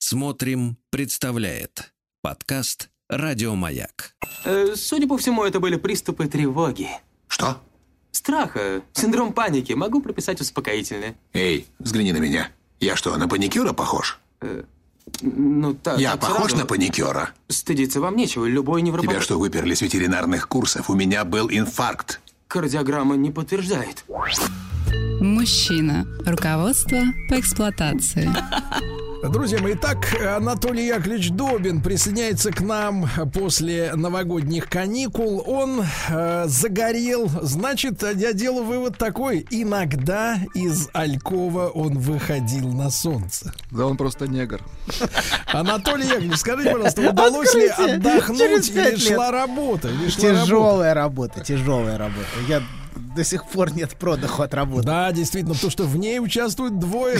Смотрим, представляет подкаст «Радио Маяк». Судя по всему, это были приступы тревоги. Что? Страха, синдром паники. Могу прописать успокоительное. Эй, взгляни на меня. Я что, на паникюра похож? Я похож на паникюра? Стыдиться вам нечего, любой невропатолог... Тебя что, выперли с ветеринарных курсов? У меня был инфаркт. Кардиограмма не подтверждает. Мужчина. Руководство по эксплуатации. Друзья мои, итак, Анатолий Яковлевич Добин присоединяется к нам после новогодних каникул. Он загорел. Значит, я делаю вывод такой: иногда из алькова он выходил на солнце. Да он просто негр. Анатолий Яковлевич, скажите, пожалуйста, удалось ли отдохнуть или шла работа? Тяжелая работа. Я до сих пор нет продыху от работы. Да, действительно, потому что в ней участвуют двое.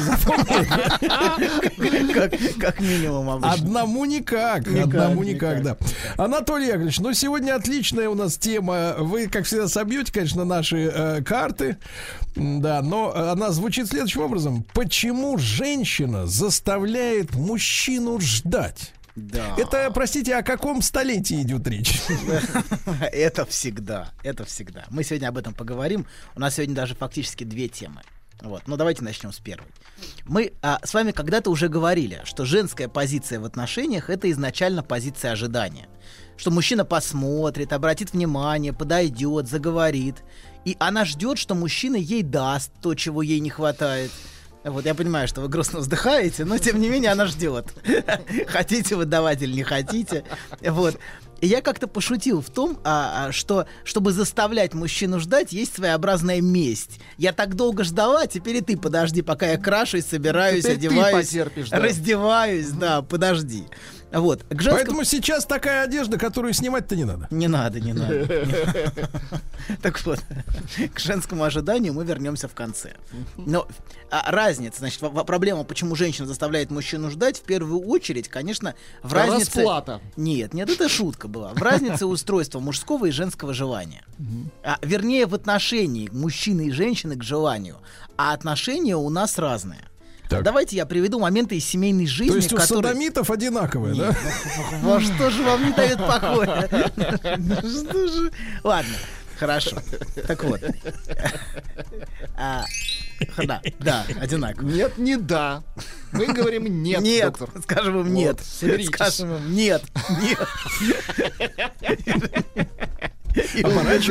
Как минимум обычно. Одному никак, да. Анатолий Яковлевич, ну сегодня отличная у нас тема. Вы, как всегда, собьете, конечно, наши карты. Да, но она звучит следующим образом. Почему женщина заставляет мужчину ждать? Да. Это, простите, о каком столетии идет речь? Это всегда. Мы сегодня об этом поговорим. У нас сегодня даже фактически две темы. Вот. Но давайте начнем с первой. Мы с вами когда-то уже говорили, что женская позиция в отношениях — это изначально позиция ожидания. Что мужчина посмотрит, обратит внимание, подойдет, заговорит. И она ждет, что мужчина ей даст то, чего ей не хватает. Вот, я понимаю, что вы грустно вздыхаете, но тем не менее она ждет. Хотите вы давать или не хотите. Вот. И я как-то пошутил в том, что чтобы заставлять мужчину ждать, есть своеобразная месть. Я так долго ждала, теперь и ты подожди, пока я крашусь, собираюсь, теперь одеваюсь, раздеваюсь, да, подожди. Вот. Поэтому сейчас такая одежда, которую снимать-то не надо. Не надо. Так вот, к женскому ожиданию мы вернемся в конце. Но разница, значит, проблема, почему женщина заставляет мужчину ждать, в первую очередь, конечно, в разнице... Расплата. Нет, это шутка была. В разнице устройства мужского и женского желания. Вернее, в отношении мужчины и женщины к желанию. А отношения у нас разные. Давайте я приведу моменты из семейной жизни. То есть у содомитов одинаковые, да? Во что же вам не дает покоя? Что же? Ладно, хорошо. Так вот. Да, одинаково. Нет, не да. Мы говорим нет, доктор. Скажем им нет. Скажем им нет. И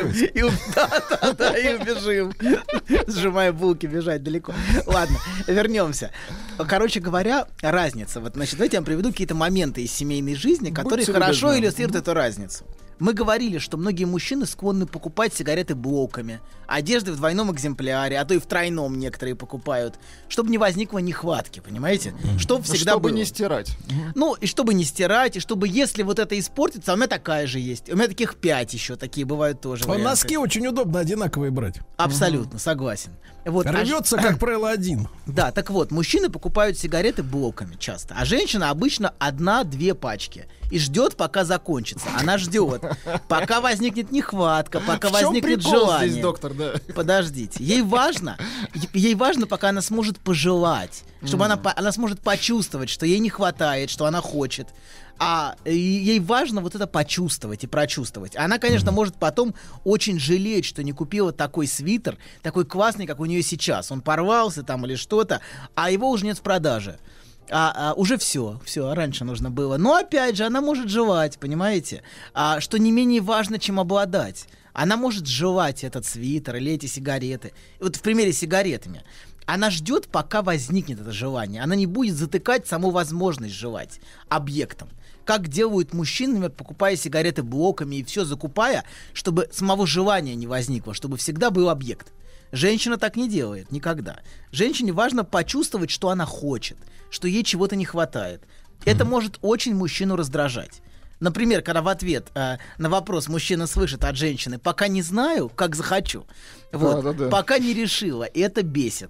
убежим. Сжимая булки, бежать далеко. Ладно, вернемся. Короче говоря, разница. Вот, значит, давайте я вам приведу какие-то моменты из семейной жизни, которые хорошо иллюстрируют эту разницу. Мы говорили, что многие мужчины склонны покупать сигареты блоками, одежды в двойном экземпляре, а то и в тройном некоторые покупают, чтобы не возникло нехватки, понимаете? Чтобы всегда чтобы было. Не стирать. Ну, и чтобы не стирать, и чтобы, если вот это испортится, а у меня такая же есть. У меня таких 5 еще, такие бывают тоже. Носки очень удобно одинаковые брать. Абсолютно, согласен. Вот, рвется, как правило, один. Да, так вот, мужчины покупают сигареты блоками часто, а женщина обычно 1-2 пачки. И ждет, пока закончится. Она ждет, пока возникнет нехватка, пока возникнет желание. Здесь, доктор, да? Подождите. Ей важно, пока она сможет пожелать, чтобы она сможет почувствовать, что ей не хватает, что она хочет. А ей важно вот это почувствовать и прочувствовать. Она, конечно, может потом очень жалеть, что не купила такой свитер, такой классный, как у нее сейчас. Он порвался там или что-то, а его уже нет в продаже. Уже все, раньше нужно было. Но опять же, она может желать, понимаете? Что не менее важно, чем обладать. Она может желать этот свитер или эти сигареты. Вот в примере с сигаретами. Она ждет, пока возникнет это желание. Она не будет затыкать саму возможность желать объектом. Как делают мужчины, например, покупая сигареты блоками и все закупая, чтобы самого желания не возникло, чтобы всегда был объект. Женщина так не делает никогда. Женщине важно почувствовать, что она хочет, что ей чего-то не хватает. Это может очень мужчину раздражать. Например, когда в ответ на вопрос мужчина слышит от женщины: «Пока не знаю, как захочу», вот, пока не решила, и это бесит.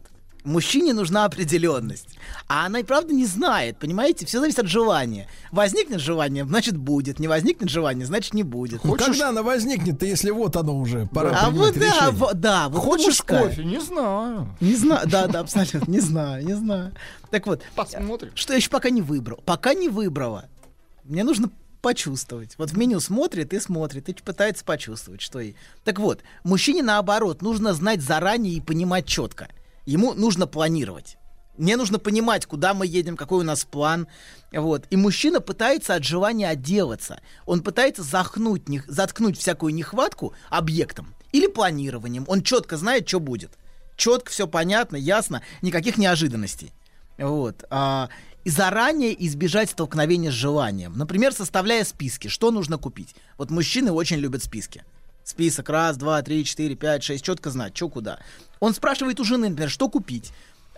Мужчине нужна определенность. А она и правда не знает, понимаете? Все зависит от желания. Возникнет желание, значит будет. Не возникнет желание, значит не будет. Ну, когда она возникнет-то, если вот оно уже, пора А принять вот решение? да, вот Хочешь мужская. кофе? Не знаю. Не знаю, да, абсолютно, не знаю. Так вот, Посмотрим. что я еще пока не выбрал. Пока не выбрала. Мне нужно почувствовать. Вот в меню смотрит, и пытается почувствовать, что ей. Так вот, мужчине наоборот, нужно знать заранее и понимать четко. Ему нужно планировать. Мне нужно понимать, куда мы едем, какой у нас план. Вот. И мужчина пытается от желания отделаться. Он пытается заткнуть всякую нехватку объектом или планированием. Он четко знает, что будет. Четко, все понятно, ясно, никаких неожиданностей. Вот. И заранее избежать столкновения с желанием. Например, составляя списки, что нужно купить. Вот мужчины очень любят списки. Список 1, 2, 3, 4, 5, 6, четко знать, что куда. Он спрашивает у жены, например, что купить.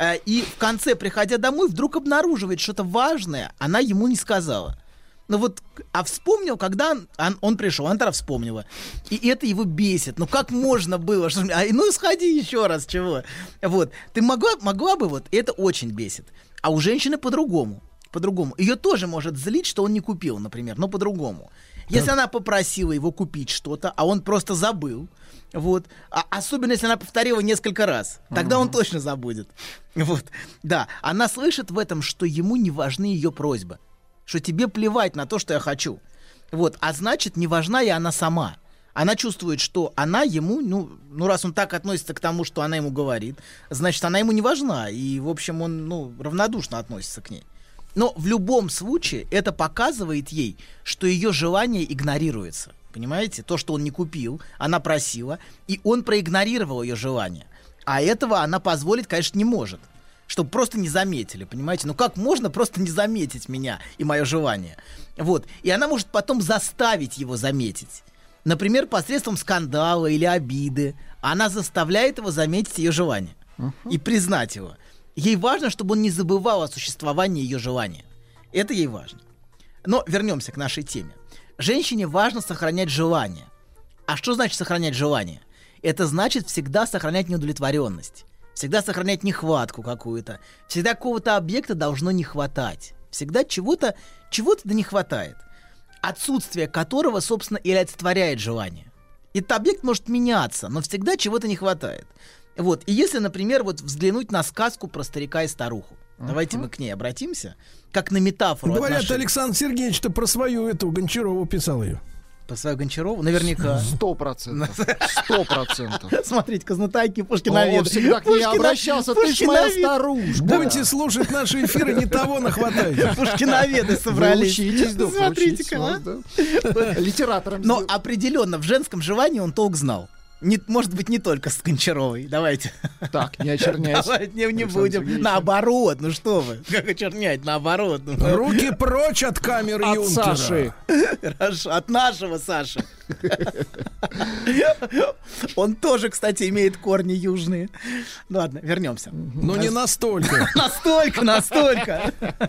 И в конце, приходя домой, вдруг обнаруживает что-то важное, она ему не сказала. Ну вот, а вспомнил, когда он пришел, она тогда вспомнила. И это его бесит. Ну как можно было? Ну сходи еще раз, чего? Вот. Ты могла бы, вот, это очень бесит. А у женщины по-другому. Ее тоже может злить, что он не купил, например, но по-другому. Если она попросила его купить что-то, а он просто забыл, вот, особенно если она повторила несколько раз, тогда он точно забудет. Вот, да, она слышит в этом, что ему не важны ее просьбы, что тебе плевать на то, что я хочу. Вот, а значит, не важна и она сама. Она чувствует, что она ему, ну раз он так относится к тому, что она ему говорит, значит, она ему не важна, и, в общем, он, равнодушно относится к ней. Но в любом случае это показывает ей, что ее желание игнорируется. Понимаете? То, что он не купил, она просила, и он проигнорировал ее желание. А этого она позволить, конечно, не может. Чтобы просто не заметили, понимаете? Ну как можно просто не заметить меня и мое желание? Вот. И она может потом заставить его заметить. Например, посредством скандала или обиды. Она заставляет его заметить ее желание. И признать его. Ей важно, чтобы он не забывал о существовании ее желания. Это ей важно. Но вернемся к нашей теме. Женщине важно сохранять желание. А что значит сохранять желание? Это значит всегда сохранять неудовлетворенность. Всегда сохранять нехватку какую-то. Всегда какого-то объекта должно не хватать. Всегда чего-то да не хватает. Отсутствие которого, собственно, и олицетворяет желание. Этот объект может меняться, но всегда чего-то не хватает. Вот. И если, например, вот взглянуть на сказку про старика и старуху. Давайте мы к ней обратимся, как на метафору. Говорят, отношений. Александр Сергеевич-то про свою эту Гончарову писал ее. По свою Гончарову? Наверняка. 100%. 100%. Смотрите, знатоки Пушкиноведы. Он всегда к ней обращался. Ты ж моя старушка. Будете слушать наши эфиры, не того нахватайте. Пушкиноведы собрались. Вы учитесь, доктор, Смотрите-ка, литератором. Но определенно в женском желании он толк знал. Может быть, не только с Гончаровой. Давайте. Так, не очерняйся. Давайте не будем. Наоборот, ну что вы. Как очернять? Наоборот. Руки прочь от камеры От Юнкера. Саши. Хорошо, от нашего Саши. Он тоже, кстати, имеет корни южные. Ну ладно, вернемся. Но не настолько. Настолько.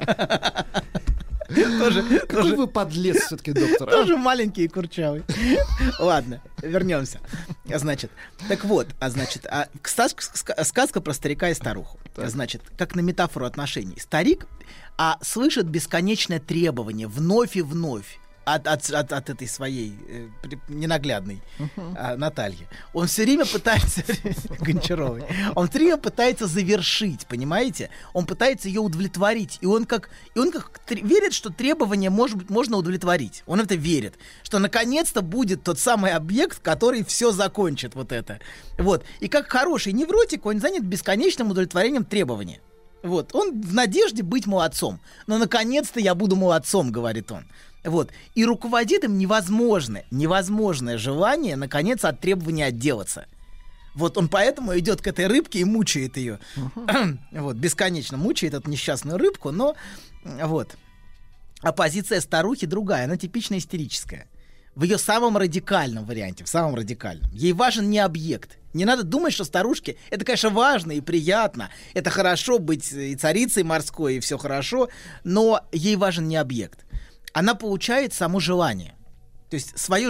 Какой вы подлец все-таки, доктор. Тоже маленький и курчавый. Ладно, вернемся. Значит, так вот, сказка про старика и старуху. Значит, как на метафору отношений. Старик слышит бесконечное требование вновь и вновь от этой своей ненаглядной Натальи. Он все время пытается Гончаровой. Он все время пытается завершить, понимаете? Он пытается ее удовлетворить. И он как верит, что требования можно удовлетворить. Он это верит, что наконец-то будет тот самый объект, который все закончит вот это. Вот. И как хороший невротик, он занят бесконечным удовлетворением требования. Вот. Он в надежде быть молодцом. Но наконец-то я буду молодцом, говорит он. Вот. И руководит им невозможное желание, наконец, от требования отделаться. Вот он поэтому идет к этой рыбке и мучает ее. Вот, бесконечно мучает эту несчастную рыбку, но вот. А позиция старухи другая, она типично истерическая. В ее самом радикальном варианте, в самом радикальном. Ей важен не объект. Не надо думать, что старушке это, конечно, важно и приятно. Это хорошо быть и царицей морской, и все хорошо, но ей важен не объект. Она получает само желание. То есть свое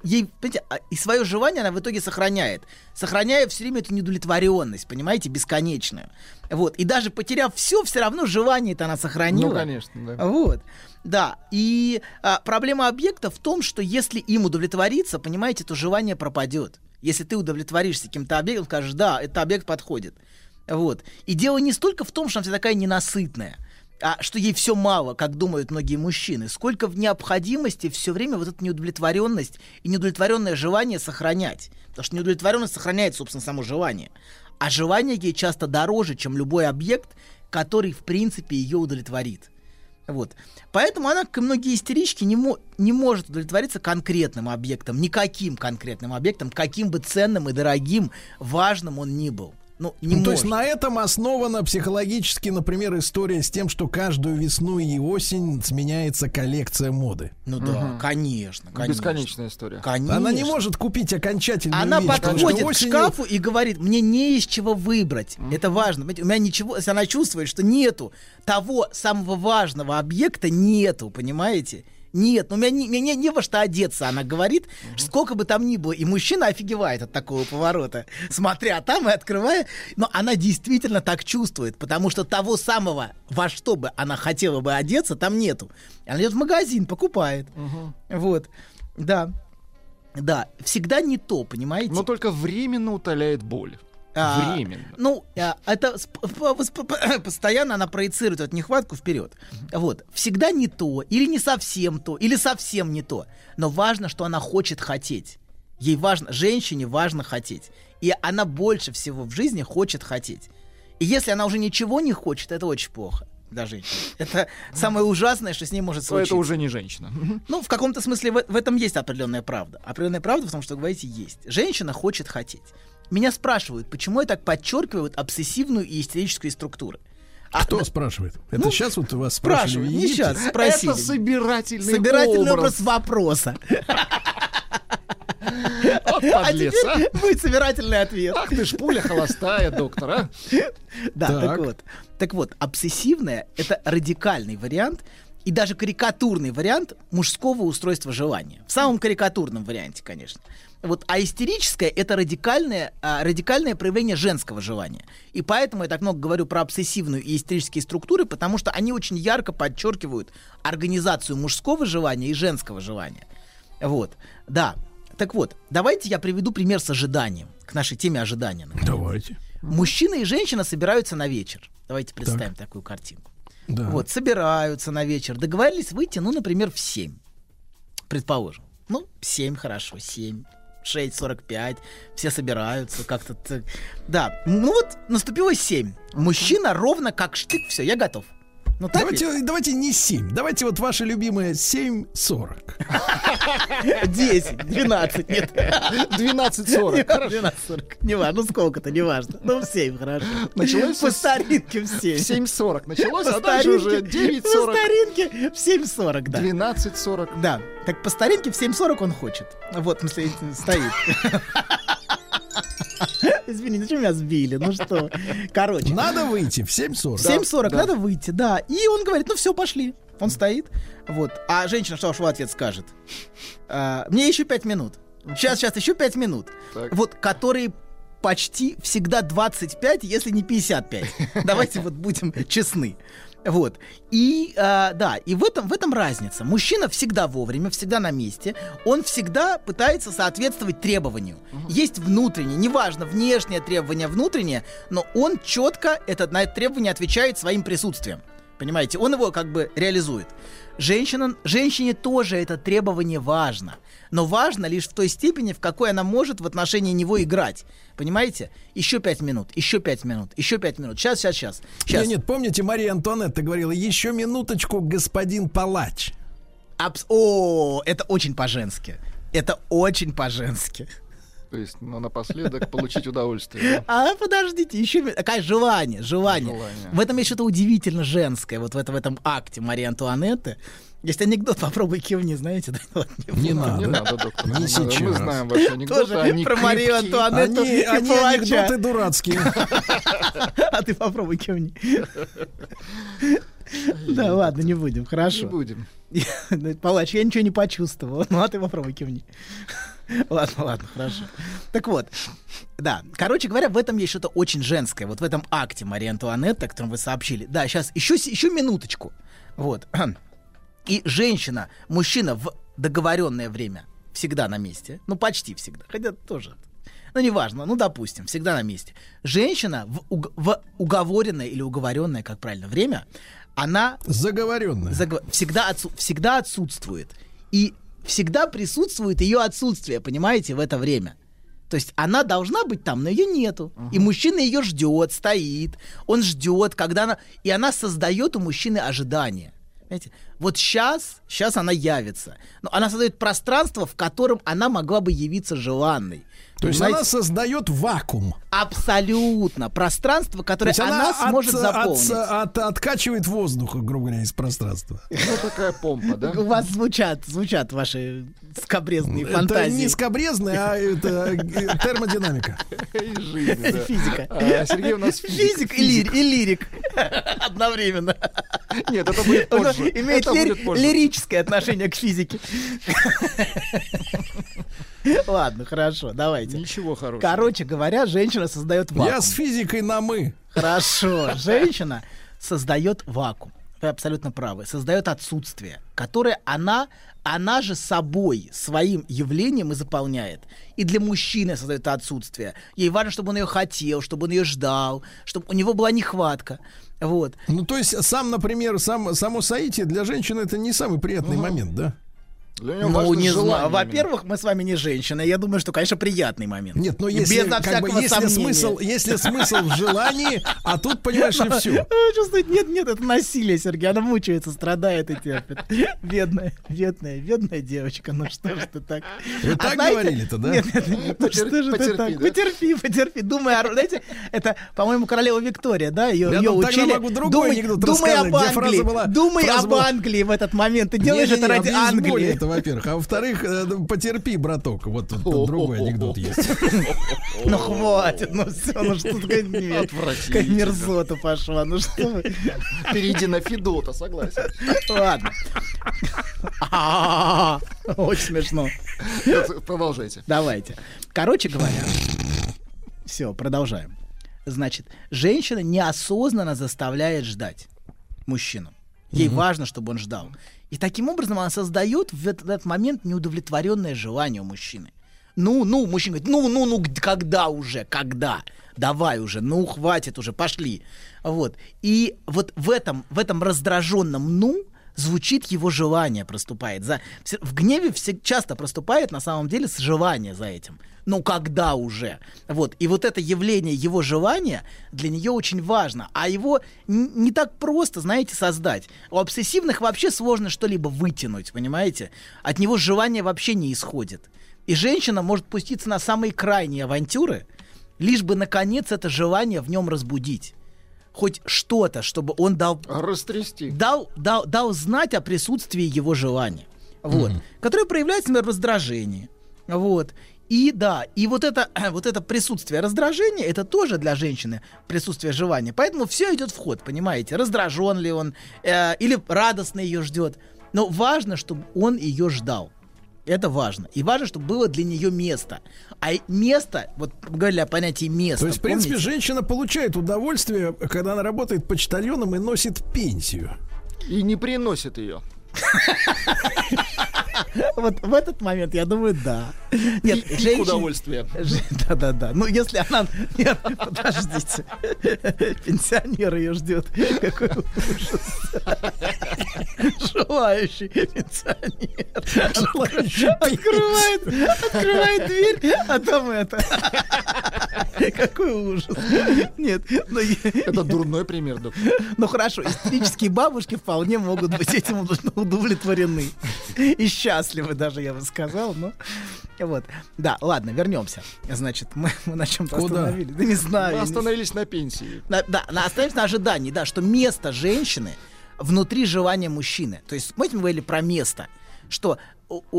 желание она в итоге сохраняет. Сохраняя все время эту неудовлетворенность, понимаете, бесконечную. Вот. И даже потеряв все равно желание-то она сохранила. Ну, конечно, да. Вот. Да. И проблема объекта в том, что если им удовлетвориться, понимаете, то желание пропадет. Если ты удовлетворишься каким-то объектом, скажешь, да, этот объект подходит. Вот. И дело не столько в том, что она вся такая ненасытная, а что ей все мало, как думают многие мужчины, сколько в необходимости все время вот эту неудовлетворенность и неудовлетворенное желание сохранять. Потому что неудовлетворенность сохраняет, собственно, само желание. А желание ей часто дороже, чем любой объект, который, в принципе, ее удовлетворит. Вот. Поэтому она, как и многие истерички, не может удовлетвориться конкретным объектом, никаким конкретным объектом, каким бы ценным и дорогим, важным он ни был. Ну, то есть на этом основана психологически, например, история с тем, что каждую весну и осень сменяется коллекция моды. Ну да, конечно. Бесконечная история. Конечно. Она не может купить окончательную Она вещь, подходит осенью... к шкафу и говорит, мне не из чего выбрать. Это важно. У меня ничего, если она чувствует, что нету того самого важного объекта, нету, понимаете? Нет, ну мне не во что одеться, она говорит, сколько бы там ни было. И мужчина офигевает от такого поворота, смотря там и открывая. Но она действительно так чувствует, потому что того самого, во что бы она хотела бы одеться, там нету. Она идет в магазин, покупает. Вот, да. Да, всегда не то, понимаете? Но только временно утоляет боль. Временно. Ну, это постоянно она проецирует эту нехватку вперед. Вот. Всегда не то, или не совсем то, или совсем не то. Но важно, что она хочет хотеть. Ей важно, женщине важно хотеть. И она больше всего в жизни хочет хотеть. И если она уже ничего не хочет, это очень плохо для женщины. Это самое ужасное, что с ней может случиться. Это уже не женщина. Ну, в каком-то смысле в этом есть определенная правда. Определенная правда в том, что, говорите, есть. Женщина хочет хотеть. Меня спрашивают, почему я так подчеркиваю обсессивную и истерическую структуры. Кто спрашивает? Это сейчас вот вас спрашивали? Не сейчас, спросили. Это собирательный образ вопроса. Вот подлец, а теперь будет собирательный ответ. Ах ты ж пуля холостая, доктор, а? Да, так вот, обсессивная — это радикальный вариант и даже карикатурный вариант мужского устройства желания. В самом карикатурном варианте, конечно. Вот, а истерическое — это радикальное проявление женского желания. И поэтому я так много говорю про обсессивную и истерические структуры, потому что они очень ярко подчеркивают организацию мужского желания и женского желания. Вот, да. Так вот, давайте я приведу пример с ожиданием, к нашей теме ожидания. Например. Давайте. Мужчина и женщина собираются на вечер. Давайте представим такую картинку. Да. Вот, собираются на вечер. Договорились выйти, ну, например, в 7. Предположим. Ну, 7, хорошо, 7. 6:45, все собираются как-то. Да, ну вот наступило 7. Мужчина ровно как штык, все, я готов. Ну, давайте не 7, давайте вот ваши любимые 7:40. 10, 12, нет. 12:40. 12:40, не важно, ну сколько-то, не важно. Ну, в 7, хорошо. Началось по старинке в 7. В 7:40 началось, а дальше уже 9:40. По старинке в 7:40, да. 12:40. Да, так по старинке в 7:40 он хочет. Вот, в смысле, стоит. Извините, зачем меня сбили? Ну что? Короче. Надо выйти в 7:40. В 7:40 надо выйти, да. И он говорит, ну все, пошли. Он стоит. Вот. А женщина что в ответ скажет? Мне еще 5 минут. Сейчас, еще 5 минут. Так. Вот, которые почти всегда 25, если не 55. Давайте вот будем честны. Вот. И, да, и в этом разница. Мужчина всегда вовремя, всегда на месте. Он всегда пытается соответствовать требованию. Есть внутреннее, неважно, внешнее требование, внутреннее, но он четко на это требование отвечает своим присутствием. Понимаете? Он его как бы реализует. Женщине тоже это требование важно. Но важно лишь в той степени, в какой она может в отношении него играть. Понимаете? Еще 5 минут, еще 5 минут, еще 5 минут. Сейчас. Нет, помните, Мария Антуанетта говорила, еще минуточку, господин палач. Это очень по-женски. Это очень по-женски. То есть, напоследок получить удовольствие. Да? Подождите, еще какое желание. В этом есть что-то удивительно женское, вот в этом акте Марии Антуанетты. Есть анекдот, попробуй кивни, знаете? Не надо, доктор. Не сейчас. Мы знаем ваши анекдоты, они про Марию Антуанетту. Они анекдоты дурацкие. А ты попробуй кивни. Да, ладно, не будем, хорошо. Не будем. Палач, я ничего не почувствовал. Ну, а ты попробуй кивни. Ладно, хорошо. Так вот, да, короче говоря, в этом есть что-то очень женское. Вот в этом акте Марии Антуанетты, о котором вы сообщили. Да, сейчас, еще минуточку. Вот. И женщина, мужчина в договоренное время всегда на месте. Ну, почти всегда. Хотя тоже... Ну, неважно, ну, допустим, всегда на месте. Женщина в уговоренное или уговоренное, как правильно, время, она... Заговоренная. Всегда отсутствует. И всегда присутствует ее отсутствие, понимаете, в это время. То есть она должна быть там, но ее нету. И мужчина ее ждет, стоит. Он ждет, когда она... И она создает у мужчины ожидания. Понимаете? Вот сейчас она явится. Но она создает пространство, в котором она могла бы явиться желанной. То есть она создает вакуум. Абсолютно. Пространство, которое она сможет заполнить. Откачивает воздух, грубо говоря, из пространства. Ну, такая помпа, да? У вас звучат ваши скабрезные фантазии. Это не скабрезные, а это термодинамика. И жизнь, да. Физика. Сергей у нас физик и лирик. Одновременно. Нет, это будет позже. Имеет лирическое отношение к физике. Ладно, хорошо, давайте. Ничего хорошего. Короче говоря, женщина создает вакуум. Я с физикой на «мы». Хорошо. Женщина создает вакуум. Вы абсолютно правы. Создает отсутствие, которое она же собой, своим явлением и заполняет. И для мужчины создает отсутствие. Ей важно, чтобы он ее хотел, чтобы он ее ждал, чтобы у него была нехватка. Вот. Ну, то есть, например, само соитие для женщины это не самый приятный момент, да? Ну, не знаю. Во-первых, мы с вами не женщины. Я думаю, что, конечно, приятный момент. Нет, но если смысл в желании, а тут, понимаешь, и все. Чувствует, нет, это насилие, Сергей. Она мучается, страдает и терпит. Бедная девочка. Ну что же ты так? Вы так говорили-то, да? Нет, что же ты так? Потерпи. Думай, знаете, это, по-моему, королева Виктория, да? Ее учили. Я могу другой анекдот рассказать, где фраза была... Думай об Англии в этот момент. Ты делаешь это ради Англии. Во-первых. А во-вторых, потерпи, браток. Вот тут другой анекдот есть. Ну хватит, ну все, ну что такое какая мерзота пошла, ну что вы. Перейди на Федота, согласен. Ладно. Очень смешно. Продолжайте. Давайте. Короче говоря, все, продолжаем. Значит, женщина неосознанно заставляет ждать мужчину. Ей важно, чтобы он ждал. И таким образом она создает в этот момент неудовлетворенное желание у мужчины. Мужчина говорит, когда уже, когда? Давай уже, хватит уже, пошли. Вот. И вот в этом раздраженном звучит его желание, проступает. В гневе часто проступает на самом деле желание за этим. Когда уже? Вот. И вот это явление его желания для нее очень важно. А его не так просто, знаете, создать. У обсессивных вообще сложно что-либо вытянуть, понимаете? От него желание вообще не исходит. И женщина может пуститься на самые крайние авантюры, лишь бы, наконец, это желание в нем разбудить. Хоть что-то, чтобы он дал знать о присутствии его желания. Вот. Которое проявляется, например, в раздражении. Вот. И вот это присутствие раздражения, это тоже для женщины присутствие желания. Поэтому все идет в ход, понимаете? Раздражен ли он, или радостно ее ждет. Но важно, чтобы он ее ждал. Это важно. И важно, чтобы было для нее место. А место, вот говорили о понятии места. То есть, в принципе, женщина получает удовольствие, когда она работает почтальоном и носит пенсию. И не приносит ее. Вот в этот момент, я думаю, да. Нет, женщина... удовольствие. Да. Ну, если она... Нет, подождите. Пенсионер ее ждет. Какой ужас. Желающий пенсионер. Открывает дверь, а там это... Какой ужас. Нет. Это дурной пример, доктор. Ну, хорошо. Истерические бабушки вполне могут быть этим удовлетворены. И счастливы даже, я бы сказал. Но... Вот. Да, ладно, вернемся. Значит, мы на чем-то остановились. Да не знаю. Мы остановились на пенсии. Да, остановились на ожидании, да, что место женщины внутри желания мужчины. То есть, мы говорили про место, что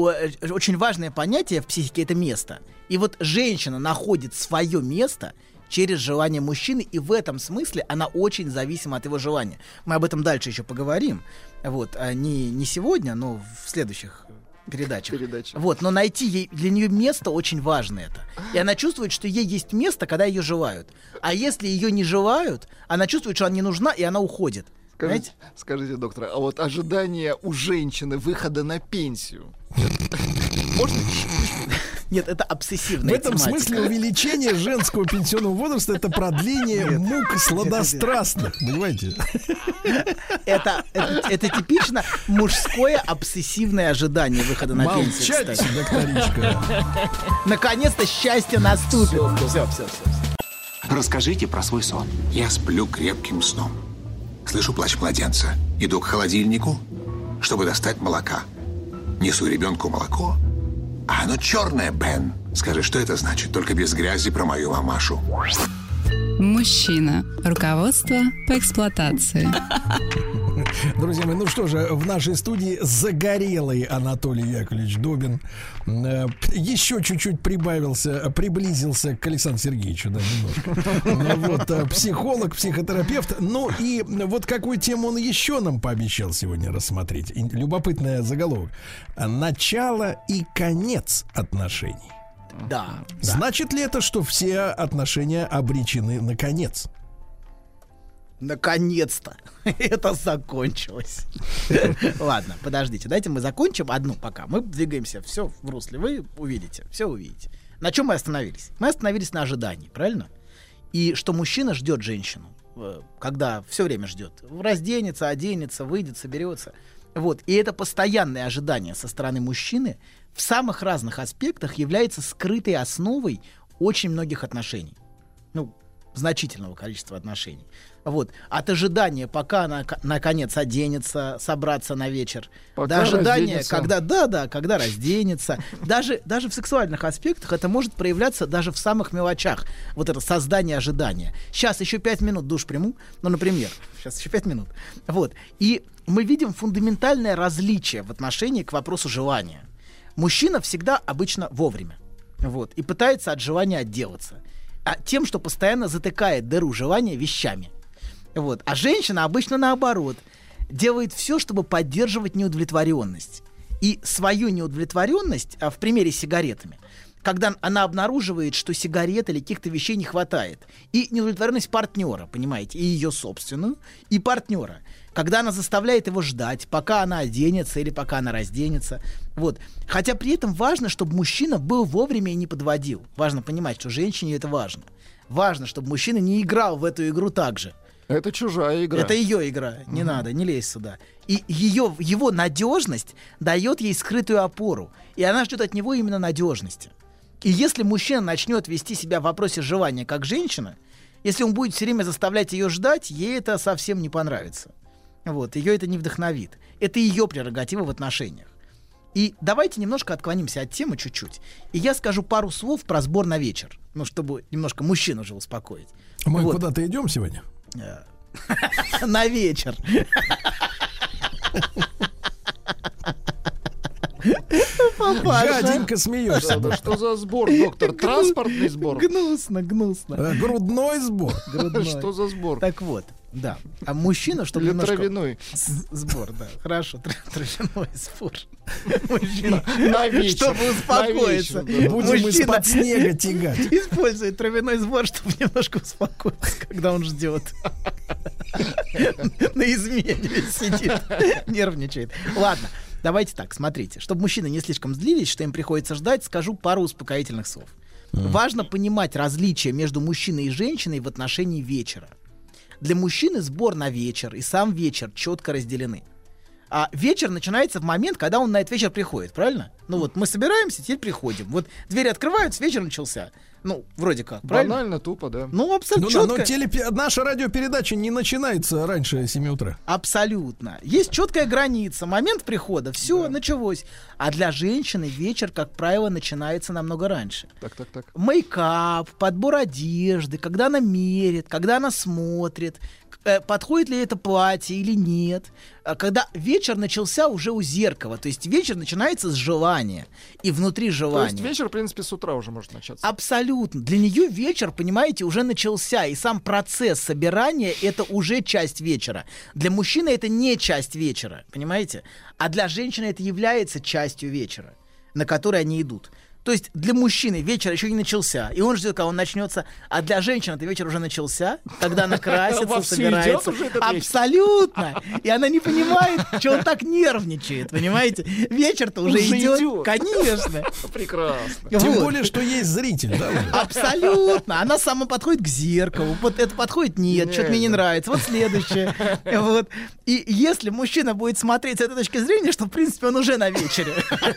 очень важное понятие в психике — это место. И вот женщина находит свое место через желание мужчины, и в этом смысле она очень зависима от его желания. Мы об этом дальше еще поговорим. Вот, не сегодня, но в следующих передачах. Вот, но найти ей, для нее место очень важно это. И она чувствует, что ей есть место, когда ее желают. А если ее не желают, она чувствует, что она не нужна, и она уходит. Скажите, доктор, а вот ожидание у женщины выхода на пенсию, можно? Нет, это обсессивная В этом тематика. смысле увеличение женского пенсионного возраста — это продление мук сладострастных, понимаете? Это типично мужское обсессивное ожидание выхода на пенсию. Молчать, кстати. докторичка. Наконец-то счастье наступит. Все. Расскажите про свой сон. Я сплю крепким сном. Слышу плач младенца. Иду к холодильнику, чтобы достать молока. Несу ребенку молоко. А оно черное, Бен. Скажи, что это значит? Только без грязи про мою мамашу. Мужчина. Руководство по эксплуатации. Друзья мои, ну что же, в нашей студии загорелый Анатолий Яковлевич Добин. Еще чуть-чуть приблизился к Александру Сергеевичу, да, немножко. Вот, психолог, психотерапевт. Ну и вот какую тему он еще нам пообещал сегодня рассмотреть. Любопытный заголовок. Начало и конец отношений. Да. Значит ли это, что все отношения обречены на конец? Наконец-то это закончилось. Ладно, подождите, дайте мы закончим одну пока. Мы двигаемся все в русле. Вы увидите, все увидите. На чем мы остановились? Мы остановились на ожидании, правильно? И что мужчина ждет женщину, когда все время ждет. Разденется, оденется, выйдет, соберется. Вот. И это постоянное ожидание со стороны мужчины в самых разных аспектах является скрытой основой очень многих отношений. Ну, значительного количества отношений. Вот. От ожидания, пока она наконец оденется, собраться на вечер, пока до ожидания, разденется. когда разденется. Даже в сексуальных аспектах это может проявляться даже в самых мелочах. Вот это создание ожидания. Сейчас еще 5 минут душ приму, ну, например. Сейчас еще 5 минут. Вот. И мы видим фундаментальное различие в отношении к вопросу желания. Мужчина всегда обычно вовремя. Вот. И пытается от желания отделаться. А тем, что постоянно затыкает дыру желания вещами. Вот. А женщина обычно наоборот делает все, чтобы поддерживать неудовлетворенность. И свою неудовлетворенность, в примере с сигаретами, когда она обнаруживает, что сигарет или каких-то вещей не хватает. И неудовлетворенность партнера, понимаете, и ее собственную, и партнера. Когда она заставляет его ждать, пока она оденется или пока она разденется. Вот. Хотя при этом важно, чтобы мужчина был вовремя и не подводил. Важно понимать, что женщине это важно. Важно, чтобы мужчина не играл в эту игру так же. Это чужая игра. Это ее игра. Не надо, не лезь сюда. И его надежность дает ей скрытую опору. И она ждет от него именно надежности. И если мужчина начнет вести себя в вопросе желания как женщина, если он будет все время заставлять ее ждать, ей это совсем не понравится. Вот, ее это не вдохновит. Это ее прерогатива в отношениях. И давайте немножко отклонимся от темы чуть-чуть. И я скажу пару слов про сбор на вечер. Ну, чтобы немножко мужчин уже успокоить. Мы вот. Куда-то идем сегодня? На вечер. Гаденько смеешься. Да, что за сбор, доктор? Транспортный сбор? Гнусно. Грудной сбор. Что за сбор? Так вот, да. А мужчина, чтобы Или немножко... травяной? Сбор, да. Хорошо, травяной сбор. Мужчина, На вечер. чтобы успокоиться. На вечер, да. Будем из-под снега тягать. Использует травяной сбор, чтобы немножко успокоиться, когда он ждет. На измене весь сидит, нервничает. Ладно, давайте так, смотрите. Чтобы мужчины не слишком злились, что им приходится ждать, скажу пару успокоительных слов. Важно понимать различия между мужчиной и женщиной в отношении вечера. Для мужчины сбор на вечер и сам вечер четко разделены. А вечер начинается в момент, когда он на этот вечер приходит, правильно? Ну вот мы собираемся, теперь приходим. Вот двери открываются, вечер начался. Ну, вроде как, правильно? Банально, тупо, да. Ну, абсолютно но наша радиопередача не начинается раньше 7 утра. Абсолютно. Есть четкая граница, момент прихода, все, началось. А для женщины вечер, как правило, начинается намного раньше. Так. Мейкап, подбор одежды, когда она мерит, когда она смотрит, подходит ли это платье или нет. Когда вечер начался уже у зеркала, то есть вечер начинается с желания и внутри желания. То есть вечер, в принципе, с утра уже может начаться. Абсолютно. Абсолютно. Для нее вечер, понимаете, уже начался. И сам процесс собирания — это уже часть вечера. Для мужчины это не часть вечера, понимаете? А для женщины это является частью вечера, на который они идут. То есть для мужчины вечер еще не начался, и он ждет, когда он начнется, а для женщины это вечер уже начался, когда она красится, собирается. Абсолютно. И она не понимает, что он так нервничает, понимаете? Вечер-то уже идет. Конечно. Прекрасно. Тем более, что есть зритель, да? Абсолютно. Она сама подходит к зеркалу. Вот это подходит, нет, что-то мне не нравится. Вот следующее. Вот. И если мужчина будет смотреть с этой точки зрения, что, в принципе, он уже на вечере.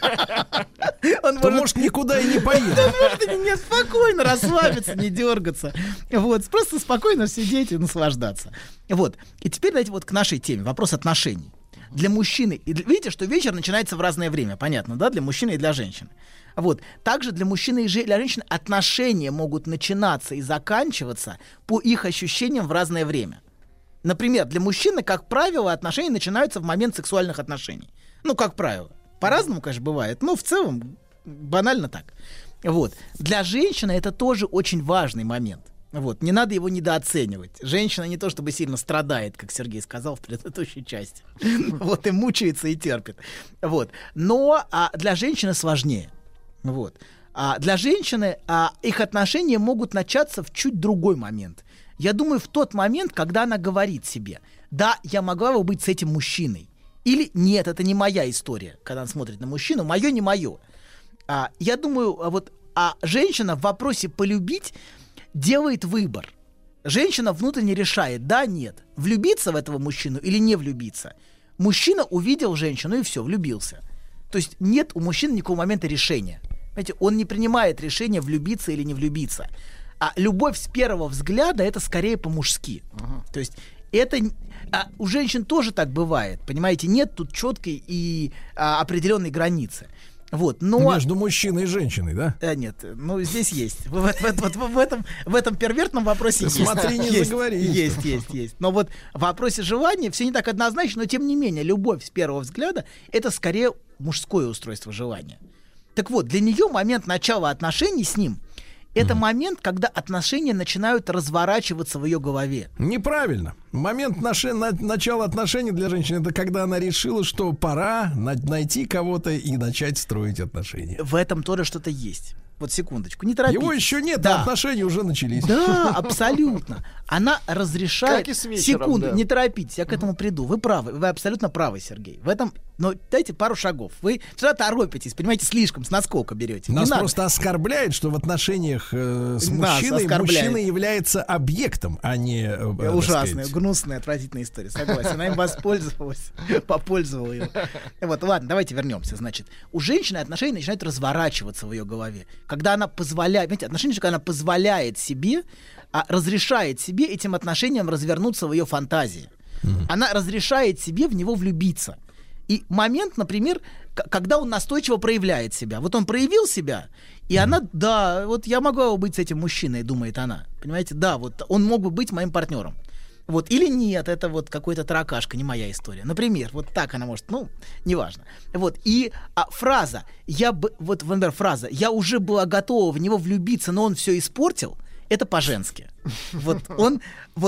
Он может никуда и не поедет. Он может не спокойно расслабиться, не дергаться. Вот. Просто спокойно сидеть и наслаждаться. Вот. И теперь давайте вот к нашей теме. Вопрос отношений. Для мужчины, и видите, что вечер начинается в разное время, понятно, да, для мужчины и для женщины. Вот. Также для мужчины и для женщин отношения могут начинаться и заканчиваться по их ощущениям в разное время. Например, для мужчины, как правило, отношения начинаются в момент сексуальных отношений. Ну, как правило. По-разному, конечно, бывает, но в целом банально так. Вот. Для женщины это тоже очень важный момент. Вот. Не надо его недооценивать. Женщина не то чтобы сильно страдает, как Сергей сказал в предыдущей части. Вот, и мучается, и терпит. Вот. Но для женщины сложнее. Вот. Для женщины их отношения могут начаться в чуть другой момент. Я думаю, в тот момент, когда она говорит себе: да, я могла бы быть с этим мужчиной. Или нет, это не моя история, когда она смотрит на мужчину, мое не мое. Я думаю, женщина в вопросе полюбить делает выбор. Женщина внутренне решает, да, нет, влюбиться в этого мужчину или не влюбиться. Мужчина увидел женщину и все, влюбился. То есть нет у мужчины никакого момента решения. Понимаете, он не принимает решение, влюбиться или не влюбиться. А любовь с первого взгляда — это скорее по-мужски. То есть это... у женщин тоже так бывает, понимаете, нет тут четкой и определенной границы. Вот, но... Между мужчиной и женщиной, да? Нет, ну здесь есть. В этом первертном вопросе есть. Смотри, не заговори. Есть. Но вот в вопросе желания все не так однозначно, но тем не менее, любовь с первого взгляда — это скорее мужское устройство желания. Так вот, для нее момент начала отношений с ним — это момент, когда отношения начинают разворачиваться в ее голове. Неправильно. Момент начала отношений для женщины — это когда она решила, что пора найти кого-то и начать строить отношения. В этом тоже что-то есть. Вот секундочку, не торопитесь. Его еще нет, да. А отношения уже начались. Да, абсолютно. Она разрешает... Как и с вечером, секунду, да. Не торопитесь, я к этому приду. Вы правы, вы абсолютно правы, Сергей. В этом, но дайте пару шагов. Вы всегда торопитесь, понимаете, слишком, с наскока берете. Нас просто оскорбляет, что в отношениях с мужчиной мужчина является объектом, а не... Ужасная, гнусная, отвратительная история, согласен. Она им воспользовалась, попользовала ее. Вот, ладно, давайте вернемся. Значит, у женщины отношения начинают разворачиваться в ее голове. Когда она позволяет, понимаете, отношения, когда она позволяет себе, разрешает себе этим отношениям развернуться в ее фантазии. Она разрешает себе в него влюбиться. И момент, например, когда он настойчиво проявляет себя. Вот он проявил себя, и она, да, вот я могла бы быть с этим мужчиной, думает она. Понимаете, да, вот он мог бы быть моим партнером. Вот, или нет, это вот какой-то таракашка, не моя история. Например, вот так она может, неважно. Вот, и фраза, например, фраза «я уже была готова в него влюбиться, но он все испортил», это по-женски. Вот он,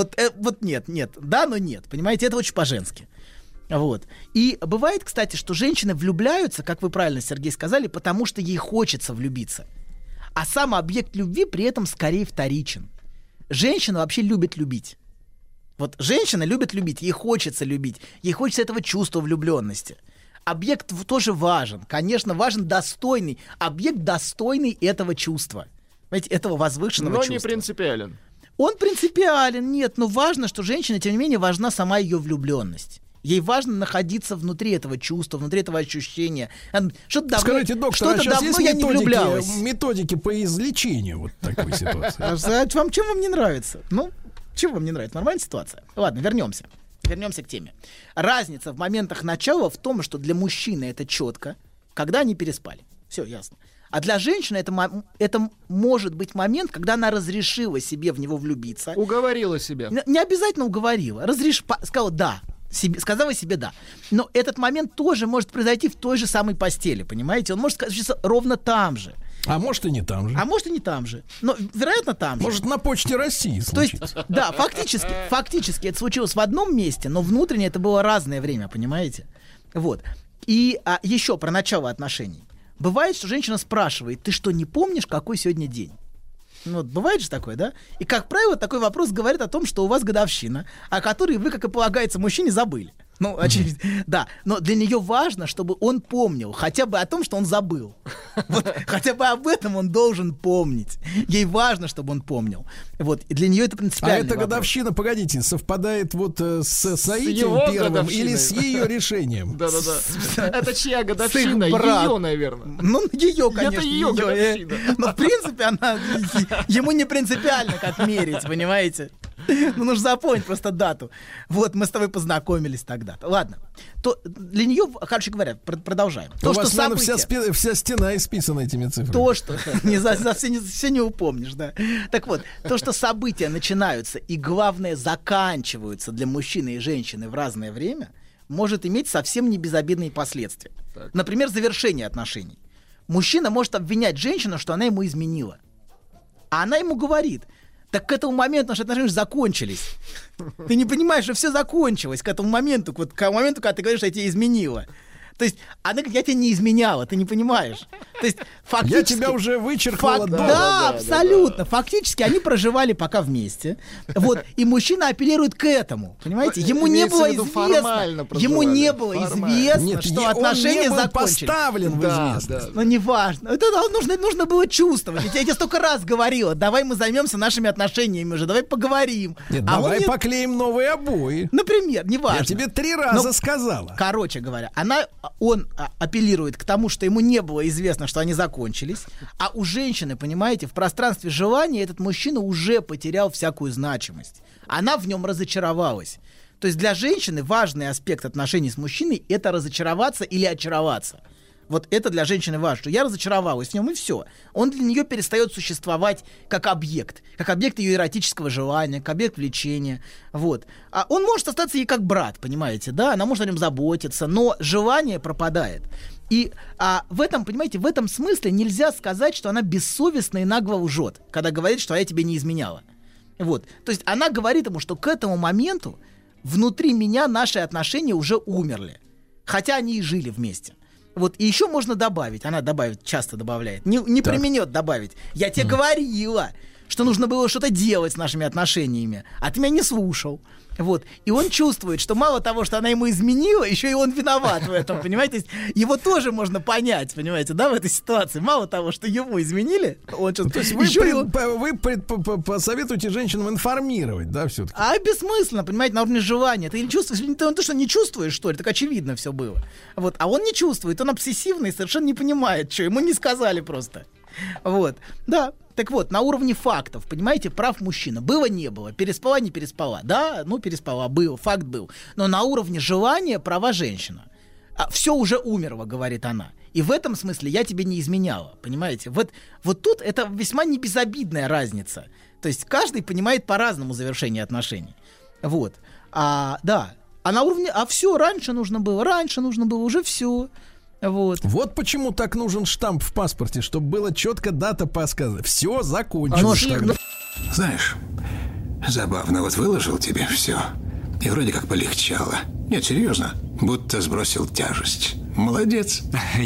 нет, да, но нет, понимаете, это очень по-женски. Вот. И бывает, кстати, что женщины влюбляются, как вы правильно, Сергей, сказали, потому что ей хочется влюбиться. А сам объект любви при этом скорее вторичен. Женщина вообще любит любить. Вот женщина любит любить, ей хочется любить, ей хочется этого чувства влюбленности. Объект тоже важен, конечно, важен достойный, объект достойный этого чувства, понимаете, этого возвышенного чувства. Но не принципиален. Он принципиален, нет, но важно, что женщине, тем не менее, важна сама ее влюбленность. Ей важно находиться внутри этого чувства, внутри этого ощущения. Скажите, доктор, а сейчас есть методики по излечению вот такой ситуации? Чем вам не нравится? Чего вам не нравится? Нормальная ситуация? Ладно, вернемся к теме. Разница в моментах начала в том, что для мужчины это четко, когда они переспали. Все ясно. А для женщины это может быть момент, когда она разрешила себе в него влюбиться. Уговорила себя. Не обязательно уговорила. Сказала, да, Сказала себе «да». Но этот момент тоже может произойти в той же самой постели, понимаете? Он может случиться ровно там же. А может и не там же. А может и не там же. Но, вероятно, там же. Может, на Почте России случится. То есть, да, фактически это случилось в одном месте, но внутренне это было разное время, понимаете? Вот. И еще про начало отношений. Бывает, что женщина спрашивает: ты что, не помнишь, какой сегодня день? Ну, вот бывает же такое, да? И, как правило, такой вопрос говорит о том, что у вас годовщина, о которой вы, как и полагается мужчине, забыли. Ну, очевидно, да. Но для нее важно, чтобы он помнил хотя бы о том, что он забыл. Вот, хотя бы об этом он должен помнить. Ей важно, чтобы он помнил. Вот. И для нее это принципиально. А эта годовщина, погодите, совпадает вот с соитием первым или с ее решением? Да-да-да. Это чья годовщина? Ее, наверное. Ну, ее, конечно. Это ее годовщина. Но, в принципе, она ему не принципиально, как мерить, понимаете? Ну, нужно запомнить просто дату. Вот, мы с тобой познакомились тогда-то. Ладно. То для нее, короче говоря, продолжаем. То, у вас, что события... вся стена исписана этими цифрами. То, что... Все не упомнишь, да. Так вот, то, что события начинаются и, главное, заканчиваются для мужчины и женщины в разное время, может иметь совсем не безобидные последствия. Так. Например, завершение отношений. Мужчина может обвинять женщину, что она ему изменила. А она ему говорит: так к этому моменту наши отношения уже закончились. Ты не понимаешь, что все закончилось к этому моменту, вот к моменту, когда ты говоришь, что я тебя изменила. То есть она говорит: я тебя не изменяла, ты не понимаешь. То есть фактически... Я тебя уже вычеркнула. Да, абсолютно. Фактически они проживали пока вместе. Вот. И мужчина апеллирует к этому. Понимаете? Ему не было известно, что отношения закончились. Поставлен в известность. Но неважно. Это нужно было чувствовать. Я тебе столько раз говорила: давай мы займемся нашими отношениями уже, давай поговорим. Нет, давай поклеим новые обои. Например, неважно. Я тебе 3 раза сказала. Короче говоря, он апеллирует к тому, что ему не было известно, что они закончились, а у женщины, понимаете, в пространстве желания этот мужчина уже потерял всякую значимость. Она в нем разочаровалась. То есть для женщины важный аспект отношений с мужчиной — это разочароваться или очароваться. Вот это для женщины важно, что я разочаровалась в нем, и все. Он для нее перестает существовать как объект ее эротического желания, как объект влечения. Вот. А он может остаться ей как брат, понимаете, да? Она может о нем заботиться, но желание пропадает. И в этом, понимаете, в этом смысле нельзя сказать, что она бессовестно и нагло лжет, когда говорит, что я тебе не изменяла. Вот. То есть она говорит ему, что к этому моменту внутри меня наши отношения уже умерли, хотя они и жили вместе. Вот, и еще можно добавить, она добавит, часто добавляет, не применет добавить: я тебе говорила, что нужно было что-то делать с нашими отношениями, а ты меня не слушал. Вот. И он чувствует, что мало того, что она ему изменила, еще и он виноват в этом, понимаете? Его тоже можно понять, понимаете, да, в этой ситуации. Мало того, что ему изменили, он что-то... То есть вы посоветуете женщинам информировать, да, все-таки? А бессмысленно, понимаете, на уровне желания. Ты не чувствуешь, ты что, не чувствуешь, что ли? Так очевидно все было. Вот. А он не чувствует, он обсессивный, совершенно не понимает, что ему не сказали просто. Вот, да. Так вот, на уровне фактов, понимаете, прав мужчина. Было, не было, переспала, не переспала. Да, ну переспала, был, факт был. Но на уровне желания права женщина. Все уже умерло, говорит она. И в этом смысле я тебе не изменяла, понимаете? Вот тут это весьма не безобидная разница. То есть каждый понимает по-разному завершение отношений. Вот. Да. А на уровне, все, раньше нужно было, уже все. Вот почему так нужен штамп в паспорте, чтобы было четко дата подсказана. Все закончилось. Знаешь, забавно, вот выложил тебе все, и вроде как полегчало. Нет, серьезно, будто сбросил тяжесть. Молодец.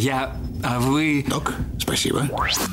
А вы... Док, спасибо.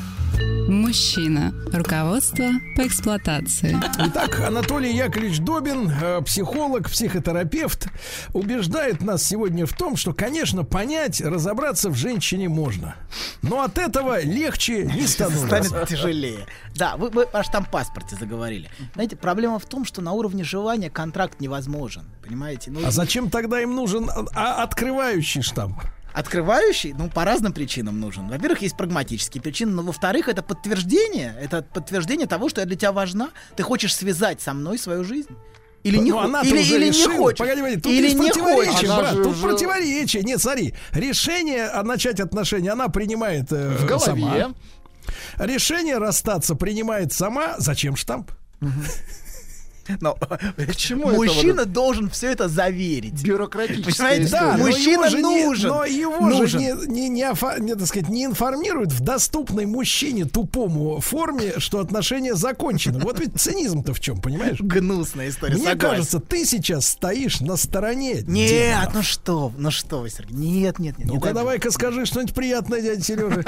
Мужчина. Руководство по эксплуатации. Итак, Анатолий Яковлевич Добин, психолог, психотерапевт, убеждает нас сегодня в том, что, конечно, понять, разобраться в женщине можно. Но от этого легче не становится. Станет тяжелее. Да, вы аж там в паспорте заговорили. Знаете, проблема в том, что на уровне желания контракт невозможен. Понимаете? А зачем тогда им нужен открывающий штамп? Открывающий, по разным причинам нужен. Во-первых, есть прагматические причины, но во-вторых, это подтверждение того, что я для тебя важна. Ты хочешь связать со мной свою жизнь? Или не хочешь? Погоди, тут или не хочешь, брат, тут противоречие. Нет, смотри, решение начать отношения она принимает в голове. Сама. Решение расстаться принимает сама. Зачем штамп? Но Почему это мужчина должен все это заверить. Бюрократическая Понимаете, история. Да, но мужчина его же нужен. Но его же так сказать, не информируют в доступной мужчине тупому форме, что отношения закончены. Вот ведь цинизм-то в чем, понимаешь? Гнусная история, Мне согласен. кажется, ты сейчас стоишь на стороне Нет, демонов. ну что вы, Сергей, нет. Ну-ка, давай-ка скажи что-нибудь приятное, дядя Сережа.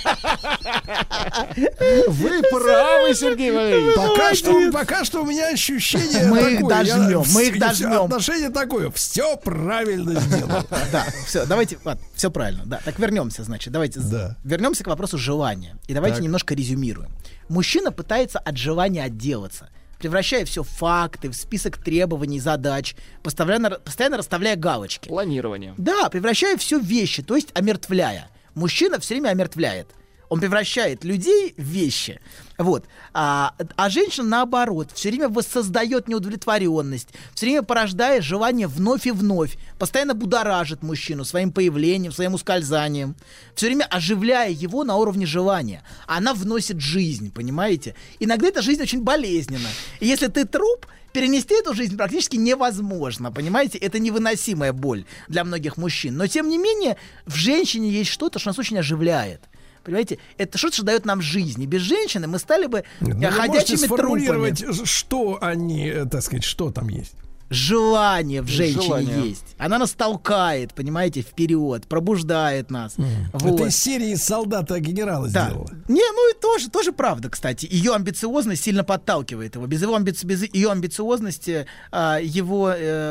Вы правы, Сергей Валерьевич. Пока что у меня ощущение Мы их такое. дожмем, мы их дожмем. Отношение такое. Все правильно сделал. Да, все, давайте, все правильно. Да, так вернемся, значит, давайте Да. вернемся к вопросу желания. И давайте Так. немножко резюмируем. Мужчина пытается от желания отделаться, превращая все в факты, в список требований, задач, постоянно расставляя галочки. Планирование. Да, превращая все в вещи, то есть омертвляя. Мужчина все время омертвляет. Он превращает людей в вещи. Вот. А женщина, наоборот, все время воссоздает неудовлетворенность, все время порождая желание вновь и вновь, постоянно будоражит мужчину своим появлением, своим ускользанием, все время оживляя его на уровне желания. Она вносит жизнь, понимаете? Иногда эта жизнь очень болезненна. И если ты труп, перенести эту жизнь практически невозможно, понимаете? Это невыносимая боль для многих мужчин. Но, тем не менее, в женщине есть что-то, что нас очень оживляет. Понимаете, это что-то, что дает нам жизнь. И без женщины мы стали бы ходячими сформулировать, трупами. что они, так сказать, что там есть? Желание в женщине Желание. есть. Она нас толкает, понимаете, вперед, пробуждает нас. Вот. Это из серии «Солдата генерала» Да. сделала. Не, ну и тоже правда, кстати. Ее амбициозность сильно подталкивает его. Без ее амбициозности его,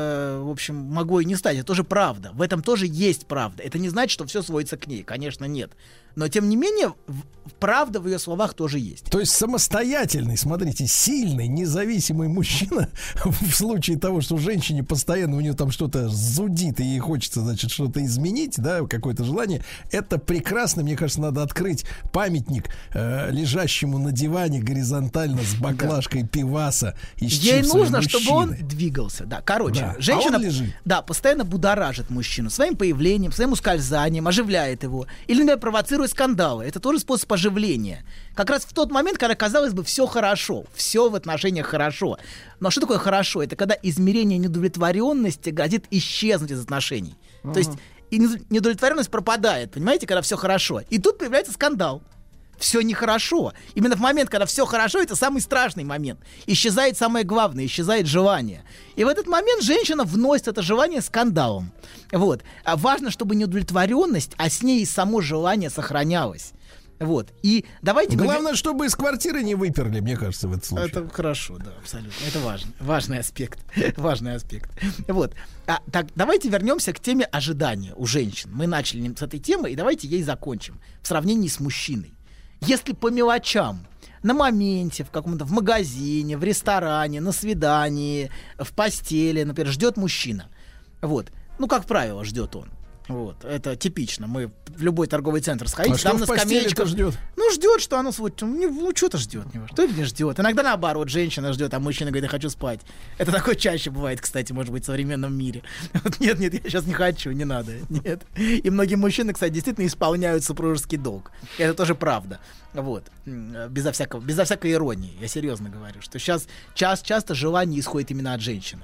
в общем, могло и не стать. Это тоже правда. В этом тоже есть правда. Это не значит, что все сводится к ней. Конечно, нет. Но, тем не менее, правда в ее словах тоже есть. То есть самостоятельный, смотрите, сильный, независимый мужчина в случае того, что женщине постоянно у нее там что-то зудит, и ей хочется, значит, что-то изменить, да, какое-то желание, это прекрасно. Мне кажется, надо открыть памятник лежащему на диване горизонтально с баклажкой пиваса и с Ей чипсами нужно, мужчины. чтобы он двигался. Да, короче, Да. женщина А он лежит. постоянно будоражит мужчину своим появлением, своим ускользанием, оживляет его. Или, например, провоцирует скандалы. Это тоже способ оживления. Как раз в тот момент, когда, казалось бы, все хорошо, все в отношениях хорошо. Но что такое хорошо? Это когда измерение неудовлетворенности грозит исчезнуть из отношений. То есть и неудовлетворенность пропадает, понимаете, когда все хорошо. И тут появляется скандал. Все нехорошо. Именно в момент, когда все хорошо, это самый страшный момент. Исчезает самое главное, исчезает желание. И в этот момент женщина вносит это желание скандалом. Вот. А важно, чтобы неудовлетворенность, а с ней и само желание сохранялось. Вот. И давайте... Главное, чтобы из квартиры не выперли, мне кажется, в этом случае. Это хорошо, да, абсолютно. Это важно. Важный аспект. Важный аспект. Вот. Так, давайте вернемся к теме ожидания у женщин. Мы начали с этой темы, и давайте ей закончим. В сравнении с мужчиной. Если по мелочам, на моменте, в магазине, в ресторане, на свидании, в постели, например, ждет мужчина. Вот. Ну, как правило, ждет он. Вот. Это типично. Мы в любой торговый центр сходите, что там в на постели-то скамеечках. ждет? Ну, ждет, что оно что-то ждет. Что это не ждет? Иногда наоборот, женщина ждет, а мужчина говорит, я хочу спать. Это такое чаще бывает, кстати, может быть, в современном мире. Нет, я сейчас не хочу, не надо. Нет. И многие мужчины, кстати, действительно исполняют супружеский долг. Это тоже правда. Вот. Безо всякой иронии. Я серьезно говорю, что сейчас часто желание исходит именно от женщины.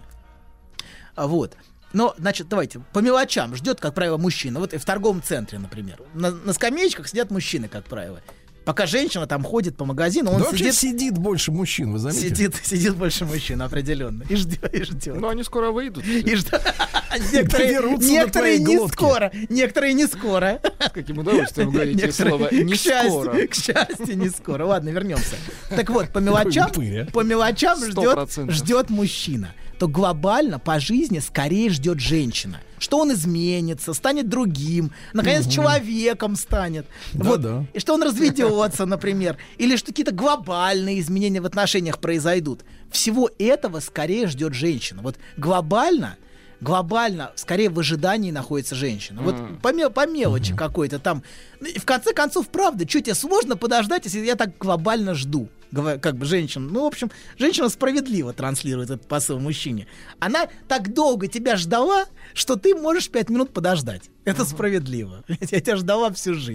Вот. Но, значит, давайте, по мелочам ждет, как правило, мужчина. Вот и в торговом центре, например. На скамеечках сидят мужчины, как правило. Пока женщина там ходит по магазину, он вообще сидит больше мужчин, вы заметили? Сидит больше мужчин, определенно. И ждет. Но они скоро выйдут. Некоторые не скоро. С каким удовольствием говорите слово «не скоро». К счастью, не скоро. Ладно, вернемся. Так вот, по мелочам ждет мужчина. То глобально по жизни скорее ждет женщина. Что он изменится, станет другим, наконец человеком станет. Да. И что он разведется, например. Или что какие-то глобальные изменения в отношениях произойдут. Всего этого скорее ждет женщина. Вот глобально, скорее в ожидании находится женщина. Вот по мелочи какой-то там. И в конце концов, правда, что тебе сложно подождать, если я так глобально жду? Как бы женщина. Ну, в общем, женщина справедливо транслирует этот посыл мужчине. Она так долго тебя ждала, что ты можешь 5 минут подождать. Это справедливо. Я тебя ждала всю жизнь.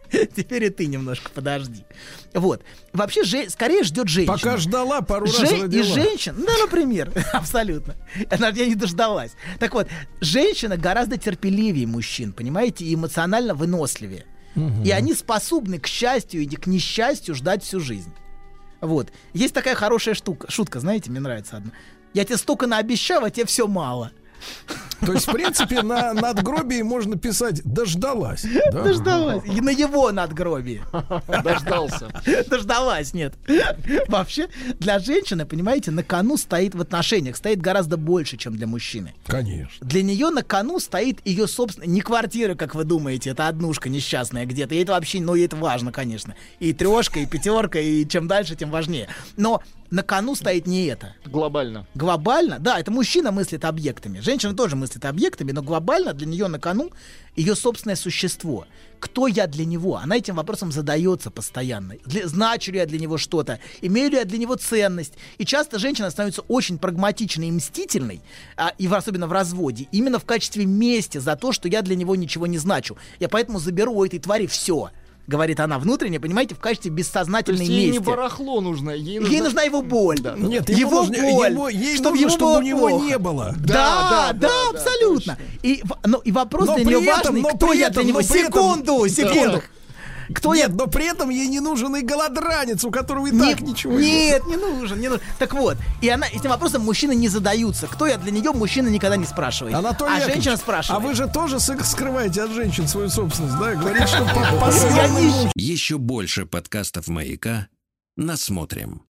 Теперь и ты немножко подожди. Вот. Вообще, скорее ждет женщина. Пока ждала, пару раз родила. И женщина, да, например, абсолютно. Я не дождалась. Так вот, женщина гораздо терпеливее мужчин, понимаете, и эмоционально выносливее. И они способны к счастью и к несчастью ждать всю жизнь. Вот. Есть такая хорошая шутка, знаете, мне нравится одна. Я тебе столько наобещал, а тебе все мало. То есть, в принципе, на надгробии можно писать «дождалась». Да? Дождалась. И на его надгробии. Дождался. Дождалась, нет. Вообще, для женщины, понимаете, на кону стоит в отношениях, стоит гораздо больше, чем для мужчины. Конечно. Для нее на кону стоит ее собственная, не квартира, как вы думаете, это однушка несчастная где-то. Ей это вообще, ей это важно, конечно. И трешка, и пятерка, и чем дальше, тем важнее. Но на кону стоит не это. Глобально. Глобально, да, это мужчина мыслит объектами. Женщина тоже мыслит объектами, но глобально для нее на кону ее собственное существо. Кто я для него? Она этим вопросом задается постоянно. Значу ли я для него что-то? Имею ли я для него ценность? И часто женщина становится очень прагматичной и мстительной, и особенно в разводе, именно в качестве мести за то, что я для него ничего не значу. Я поэтому заберу у этой твари все. Говорит она внутренне, понимаете, в качестве бессознательной мести. Ей не барахло нужно. Ей нужна его боль. Да. Нет, его боль. Ей нужно, чтобы у него не было. Да, абсолютно. И вопрос для нее важный, кто я для него. Секунду. Нет, но при этом ей не нужен и голодранец, у которого и так ничего нет. Не нужен. Так вот, и этим вопросом мужчины не задаются. Кто я для нее, мужчина никогда не спрашивает. Анатолий Яковлевич, женщина спрашивает. А вы же тоже скрываете от женщин свою собственность, да? Говорит, что по съемному... Еще больше подкастов «Маяка» насмотрим.